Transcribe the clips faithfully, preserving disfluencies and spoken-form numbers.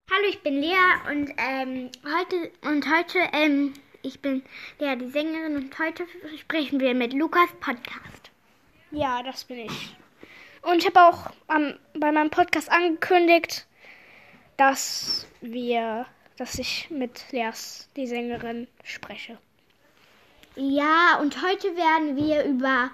Hallo, ich bin Lea und ähm, heute und heute ähm, ich bin Lea, die Sängerin, und heute sprechen wir mit Lukas Podcast. Ja, das bin ich. Und ich habe auch ähm, bei meinem Podcast angekündigt, dass wir, dass ich mit Leas, die Sängerin, spreche. Ja, und heute werden wir über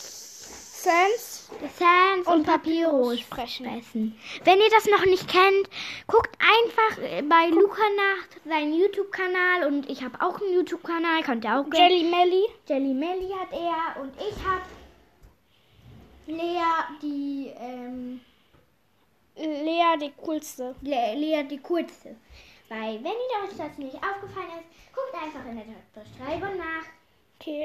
Sans Sans und, und Papyrus Papyrus sprechen. sprechen. Wenn ihr das noch nicht kennt, guckt einfach bei Luca nach seinen YouTube-Kanal, und ich habe auch einen YouTube-Kanal, könnt ihr auch gerne. Jelly Melly. Jelly Melly hat er und ich habe Lea, die ähm, Lea, die coolste. Le Lea, die coolste. Weil, wenn ihr euch das nicht aufgefallen ist, guckt einfach in der Beschreibung nach. Okay.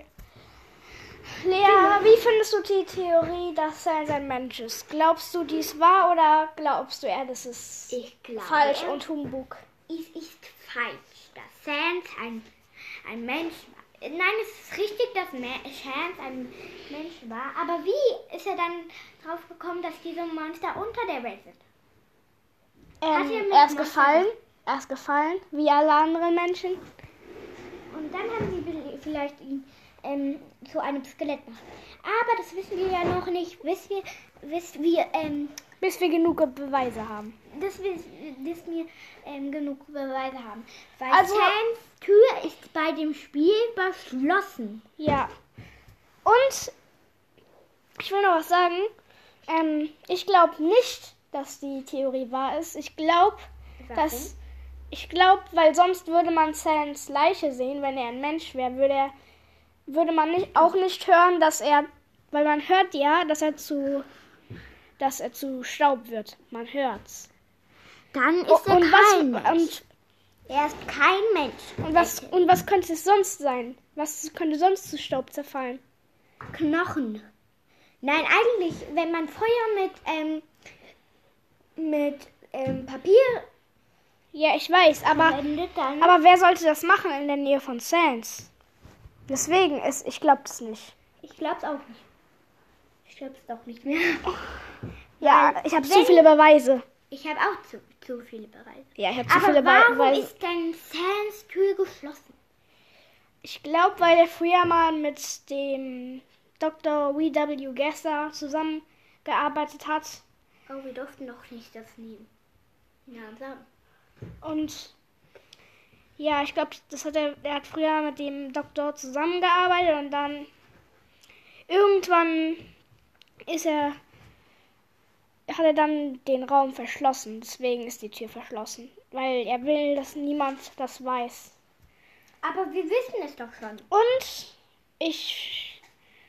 Lea, wie findest du die Theorie, dass Sans ein Mensch ist? Glaubst du, dies wahr, oder glaubst du eher, das ist Ich glaube, falsch und Humbug? Es ist falsch, dass Sans ein, ein Mensch war. Nein, es ist richtig, dass Sans ein Mensch war. Aber wie ist er dann drauf gekommen, dass diese Monster unter der Welt sind? Hat er Ähm, mit er ist Monster- gefallen. Er ist gefallen, wie alle anderen Menschen. Und dann haben sie vielleicht ihn ähm, zu einem Skelett gemacht. Aber das wissen wir ja noch nicht, bis wir, bis wir, ähm, Bis wir genug Beweise haben. bis wir, bis wir ähm, genug Beweise haben. Weil Also- Sans Tür ist bei dem Spiel verschlossen. Ja. Und ich will noch was sagen. Ähm, ich glaube nicht, dass die Theorie wahr ist. Ich glaube, dass ich glaube, weil sonst würde man Sans Leiche sehen, wenn er ein Mensch wäre, würde er würde man nicht, auch nicht hören, dass er, weil man hört ja, dass er zu dass er zu Staub wird. Man hört's. Dann ist Oh, er und kein was Mensch. und, Er ist kein Mensch. und was und was könnte es sonst sein? Was könnte sonst zu Staub zerfallen? Knochen. Nein, eigentlich, wenn man Feuer mit, ähm, mit ähm, Papier Ja, ich weiß, aber verwendet, dann... Aber wer sollte das machen in der Nähe von Sans? Deswegen ist, ich glaube das nicht. ich glaube es auch nicht. Ich glaube es doch nicht mehr. Ja, Weil ich habe wenn- zu viele Beweise. Ich habe auch zu, zu viele Beweise. Ja, ich habe zu Aber viele Be- warum Beweise. ist denn Sans Tür geschlossen? Ich glaube, weil er früher mal mit dem Doktor W W Gesser zusammengearbeitet hat. Oh, wir durften doch nicht das nehmen. Ja, sagen. Und ja, ich glaube, das hat er, er hat früher mit dem Doktor zusammengearbeitet und dann irgendwann ist er, hat er dann den Raum verschlossen. Deswegen ist die Tür verschlossen. Weil er will, dass niemand das weiß. Aber wir wissen es doch schon. Und ich,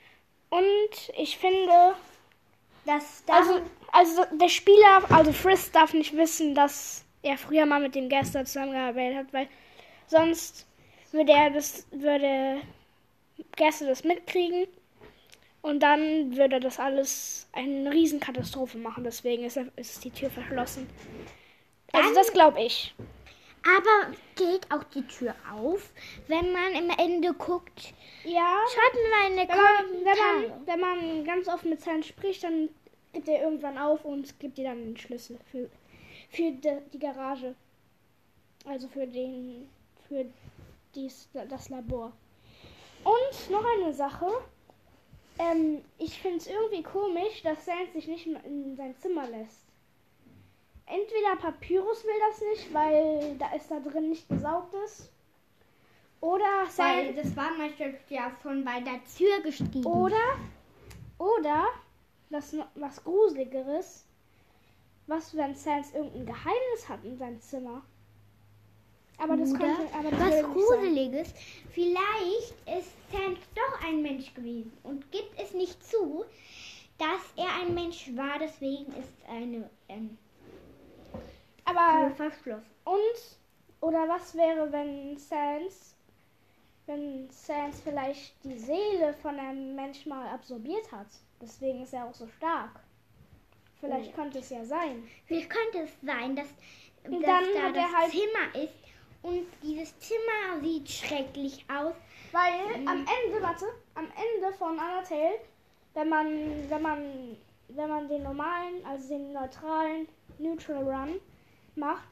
und ich finde, Dass da also, also der Spieler, also Frisk darf nicht wissen, dass er früher mal mit dem Gester zusammengearbeitet hat, weil sonst würde er das, würde Gester das mitkriegen und dann würde das alles eine Riesenkatastrophe machen. Deswegen ist, er, ist die Tür verschlossen. Also Dann- das glaube ich. aber geht auch die Tür auf, wenn man am Ende guckt. Ja. Schreibt mir mal in die Wenn man, wenn, Kommentare. man, wenn man ganz oft mit Sans spricht, dann gibt er irgendwann auf und gibt dir dann den Schlüssel für, für die, die Garage. Also für den für dies, das Labor. Und noch eine Sache. Ähm, ich finde es irgendwie komisch, dass Sans sich nicht in sein Zimmer lässt. Entweder Papyrus will das nicht, weil da ist da drin nicht gesaugt ist. Oder Weil Sans das war manchmal ja schon bei der Tür geschrieben. Oder, oder, das noch was Gruseligeres, was, wenn Sans irgendein Geheimnis hat in seinem Zimmer. Aber das Oder könnte, aber das was würde nicht sein. Gruseliges. Vielleicht ist Sans doch ein Mensch gewesen und gibt es nicht zu, dass er ein Mensch war. Deswegen ist eine ähm, Tür Aber, verschlossen. und, oder was wäre, wenn Sans, wenn Sans vielleicht die Seele von einem Mensch mal absorbiert hat? Deswegen ist er auch so stark. Vielleicht Oh. könnte es ja sein. Vielleicht könnte es sein, dass, dass dann da hat er das halt- Zimmer ist und dieses Zimmer sieht schrecklich aus. Weil Mhm. am Ende, warte, am Ende von Undertale, wenn man, wenn man, wenn man den normalen, also den neutralen Neutral Run macht,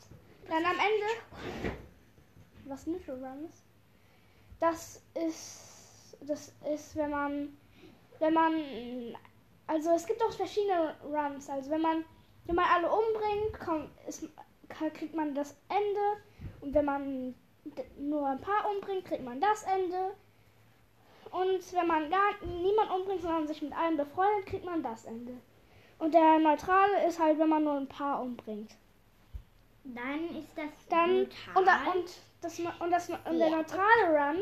Dann am Ende. Was Neutral Run ist? Das ist. Das ist, wenn man. Wenn man. Also es gibt auch verschiedene Runs. Also wenn man. Wenn man alle umbringt, kommt, ist, kriegt man das Ende. Und wenn man nur ein paar umbringt, kriegt man das Ende. Und wenn man gar niemand umbringt, sondern sich mit allen befreundet, kriegt man das Ende. Und der Neutrale ist halt, wenn man nur ein paar umbringt. Dann ist das Dann neutral. und, da, und, das, und, das, und der Ja. neutrale Run.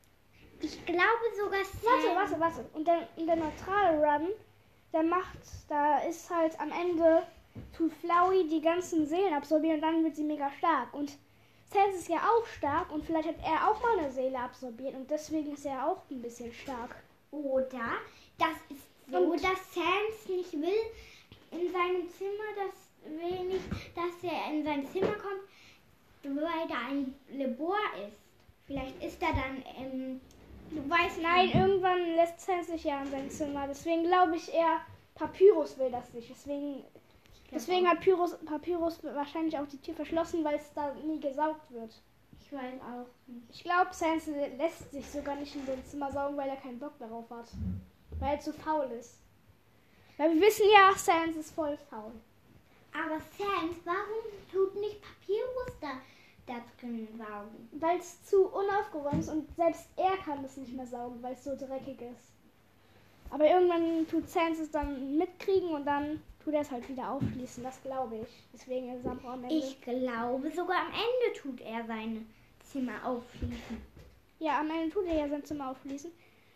Ich glaube sogar Warte, Sam. warte, warte. Und der, und der neutrale Run, der macht, da ist halt am Ende, tut Flowey die ganzen Seelen absorbieren und dann wird sie mega stark. Und Sans ist ja auch stark und vielleicht hat er auch mal eine Seele absorbiert und deswegen ist er auch ein bisschen stark. Oder das ist so, Und- dass Sans nicht will in seinem Zimmer, das will nicht, dass er in sein Zimmer kommt, weil da ein Labor ist. Vielleicht ist er dann, ähm, du weißt, Nein, nicht. irgendwann lässt Sans sich ja in sein Zimmer. Deswegen glaube ich eher, Papyrus will das nicht. Deswegen, deswegen hat Pyrus, Papyrus wahrscheinlich auch die Tür verschlossen, weil es da nie gesaugt wird. Ich weiß auch nicht. Ich glaube, Sans lässt sich sogar nicht in sein Zimmer saugen, weil er keinen Bock darauf hat. Weil er zu faul ist. Weil wir wissen ja, Sans ist voll faul. Aber Sans, warum tut nicht Papyrus da, da drin saugen? Weil es zu unaufgeräumt ist und selbst er kann es nicht mehr saugen, weil es so dreckig ist. Aber irgendwann tut Sans es dann mitkriegen und dann tut er es halt wieder aufschließen. Das glaube ich. Deswegen ist es am Ende. Ich glaube, sogar am Ende tut er seine Zimmer aufschließen. Ja, am Ende tut er ja sein Zimmer aufschließen.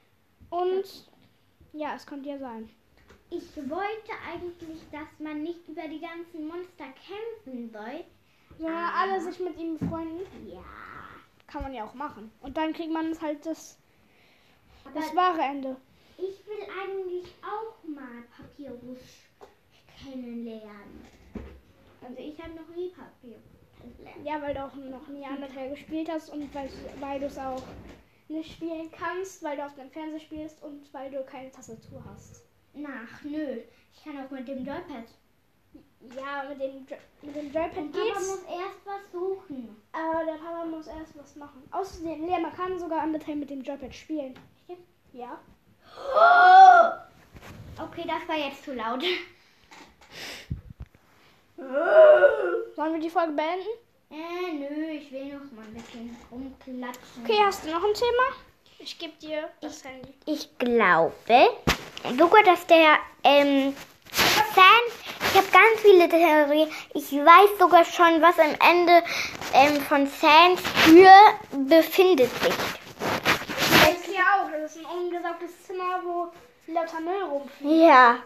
Und ja, es könnte ja sein. Ich wollte eigentlich, dass man nicht über die ganzen Monster kämpfen soll. Sondern Ah. alle sich mit ihm befreunden. Ja. Kann man ja auch machen. Und dann kriegt man halt das, Aber das wahre Ende. ich will eigentlich auch mal Papyrus kennenlernen. Also ich habe noch nie Papyrus kennengelernt. Ja, weil du auch noch nie Undertale gespielt hast und weil, weil du es auch nicht spielen kannst, weil du auf dem Fernseher spielst und weil du keine Tastatur hast. Ach, nö. Ich kann auch mit dem Joypad. Ja, mit dem, Jo- mit dem Joypad Und Papa geht's, muss erst was suchen. aber der Papa muss erst was machen. Außerdem, ja, man kann sogar Undertale mit dem Joypad spielen. Ja. Okay, das war jetzt zu laut. Sollen wir die Folge beenden? Äh, nö, ich will noch mal ein bisschen rumklatschen. Okay, hast du noch ein Thema? Ich gebe dir das Handy. Ich glaube sogar, dass der ähm, Sans, ich habe ganz viele Theorien. Ich weiß sogar schon, was am Ende ähm, von Sans Tür befindet sich. Das ist ja auch. Das ist ein ungesaugtes Zimmer, wo lauter Müll rumfliegt. Ja.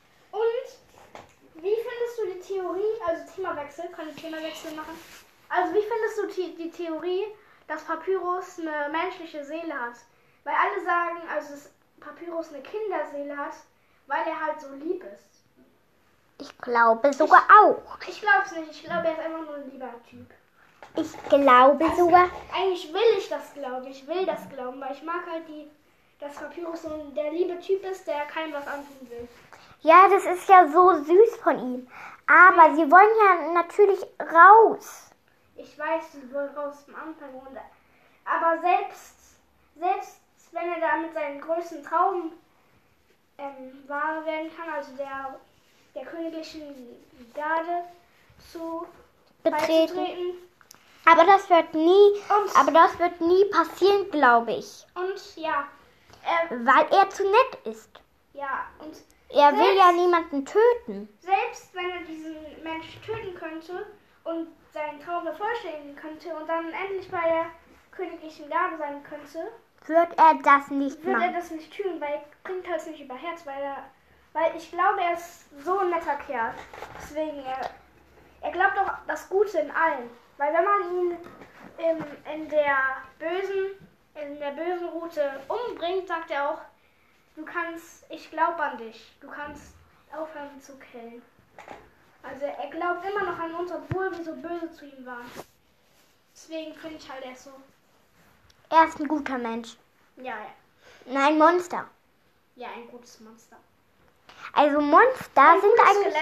Und wie findest du die Theorie, also Themawechsel, kann ich Themawechsel machen? Also wie findest du die, die Theorie, dass Papyrus eine menschliche Seele hat? Weil alle sagen, also dass Papyrus eine Kinderseele hat, weil er halt so lieb ist. Ich glaube sogar auch. Ich glaube es nicht, ich glaube, er ist einfach nur ein lieber Typ. Ich glaube Also, sogar. Eigentlich will ich das glauben, ich will das glauben, weil ich mag halt die, dass Papyrus so ein, der liebe Typ ist, der keinem was antun will. Ja, das ist ja so süß von ihm. Aber sie wollen ja natürlich raus. Ich weiß, sie wollen raus am Anfang. Und, aber selbst, selbst wenn er da mit seinen größten Traum ähm, wahr werden kann, also der, der königlichen Garde zu Betreten. beizutreten. Aber das wird nie, Und, aber das wird nie passieren, glaube ich. und ja, er, Weil er zu nett ist. ja, und Er will Selbst- ja niemanden töten. selbst wenn er diesen Menschen töten könnte und seinen Traum vervollständigen könnte und dann endlich bei der königlichen Garde sein könnte, Wird er das nicht wird er machen? das nicht tun, weil er bringt halt nicht über Herz, weil er, weil ich glaube, er ist so ein netter Kerl. Deswegen, er, er glaubt auch das Gute in allen. Weil wenn man ihn in, in der bösen, in der bösen Route umbringt, sagt er auch, du kannst, ich glaube an dich, du kannst aufhören zu killen. Also er glaubt immer noch an uns, obwohl wir so böse zu ihm waren. Deswegen finde ich halt, er ist so, Er ist ein guter Mensch. ja, ja, Nein, Monster. ja, ein gutes Monster. Also Monster Ein sind gutes eigentlich... Skelett.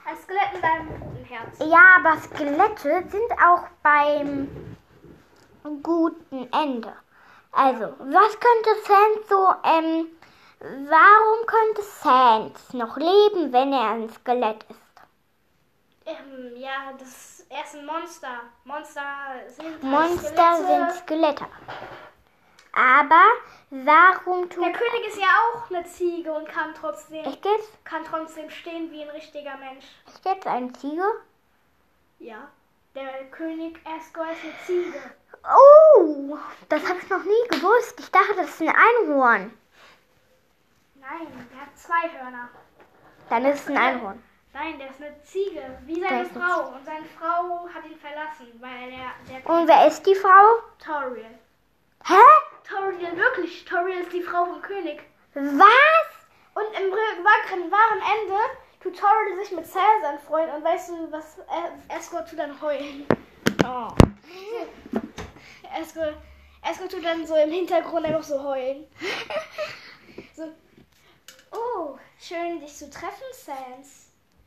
Ein Skelett mit einem guten Herz. Ja, aber Skelette sind auch beim guten Ende. Also, was könnte Sans so, ähm, warum könnte Sans noch leben, wenn er ein Skelett ist? Ähm, ja, das er ist ein Monster. Monster sind halt Monster Skelette. sind Skelette. Aber warum Der tut... König ist ja auch eine Ziege und kann trotzdem, Echt jetzt? kann trotzdem stehen wie ein richtiger Mensch. Echt jetzt ein Ziege? Ja. Der König Asgore ist eine Ziege. Oh, das habe ich noch nie gewusst. Ich dachte, das ist ein Einhorn. Nein, der hat zwei Hörner. Dann ist es ein Einhorn. Nein, der ist eine Ziege, wie Der seine ist eine Frau. Und seine Frau hat ihn verlassen, weil er der Und wer ist die Frau? Toriel. Hä? Toriel, wirklich. Toriel ist die Frau vom König. Was? Und im wahren, wahren Ende tut Toriel sich mit Sans anfreunden. Und weißt du, was Asgore tut dann heulen? Oh. Asgore, Asgore tut dann so im Hintergrund einfach so heulen. So. Oh, schön dich zu treffen, Sans.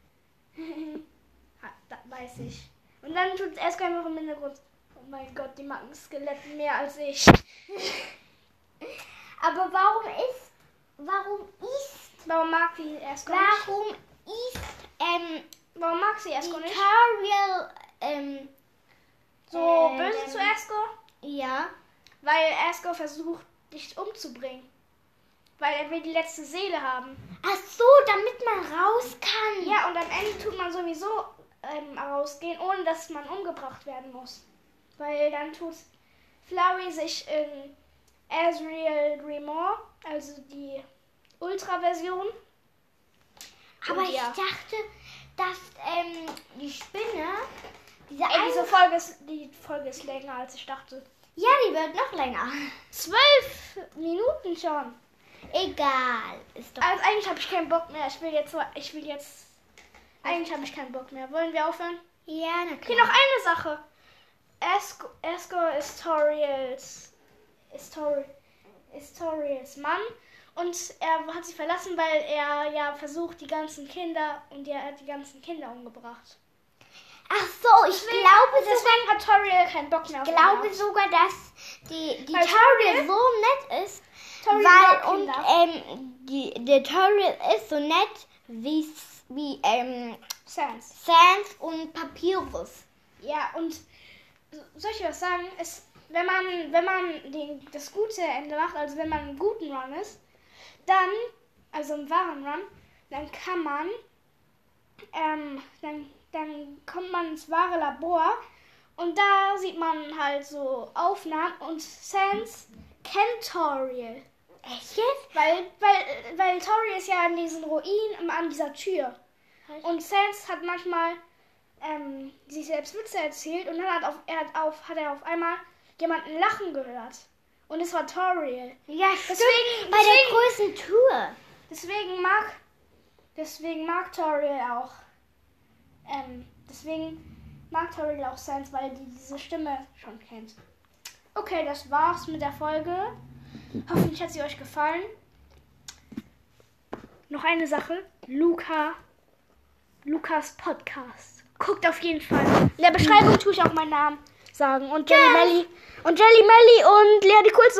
Da weiß ich. Und dann tut Asgore einfach im Hintergrund. Oh mein Gott, die machen Skelette mehr als ich. Aber warum ist... Warum ist... Warum mag sie Asgore nicht? Warum ist... Ähm... Warum mag sie Die Asgore nicht? Toriel... Ähm... So äh, böse zu Asgore? Ja. Weil Asgore versucht, dich umzubringen. Weil er will die letzte Seele haben. Ach so, damit man raus kann. Ja, und am Ende tut man sowieso ähm, rausgehen, ohne dass man umgebracht werden muss. Weil dann tut Flurry sich in Azrael Grimoire, also die Ultra-Version. Aber Und ich ja. dachte, dass ähm, die Spinne... Diese Ey, diese eine... Folge ist, die Folge ist länger, als ich dachte. Ja, die wird noch länger. Zwölf Minuten schon. Egal. Ist doch... Also eigentlich habe ich keinen Bock mehr. Ich will jetzt... Ich will jetzt... Eigentlich habe ich keinen Bock mehr. Wollen wir aufhören? Ja, na Okay, klar. noch eine Sache. Asgore, Asgore ist Toriels, ist, Tor, ist Toriels Mann und er hat sie verlassen, weil er ja versucht, die ganzen Kinder und er hat die ganzen Kinder umgebracht. Ach so, ich glaube sogar... Deswegen hat Toriel keinen Bock mehr auf Ich ihn glaube gehabt. sogar, dass die, die Weil Toriel Toriel- so nett ist, Toriel weil mag und Kinder. ähm, die, der Toriel ist so nett wie, wie ähm, Sans. Sans und Papyrus. Ja, und soll ich was sagen? Es, wenn man, wenn man den, das gute Ende macht, also wenn man einen guten Run ist, dann, also im wahren Run, dann kann man, ähm, dann, dann kommt man ins wahre Labor und da sieht man halt so Aufnahmen und Sans kennt Toriel. Echt jetzt? Weil, weil, weil Toriel ist ja an diesen Ruinen, an dieser Tür. Und Sans hat manchmal ähm, sich selbst Witze erzählt und dann hat, auf, er hat, auf, hat er auf einmal jemanden lachen gehört. Und es war Toriel. Ja, Deswegen- bei deswegen- der großen Tour. Deswegen mag, deswegen mag Toriel auch, ähm, deswegen mag Toriel auch Sans, weil die diese Stimme schon kennt. Okay, das war's mit der Folge. Hoffentlich hat sie euch gefallen. Noch eine Sache. Luca, Lukas Podcast. Guckt auf jeden Fall. In der Beschreibung tue ich auch meinen Namen sagen. Und Jelly Melly. Und Jelly Melly und Lea die Coolste.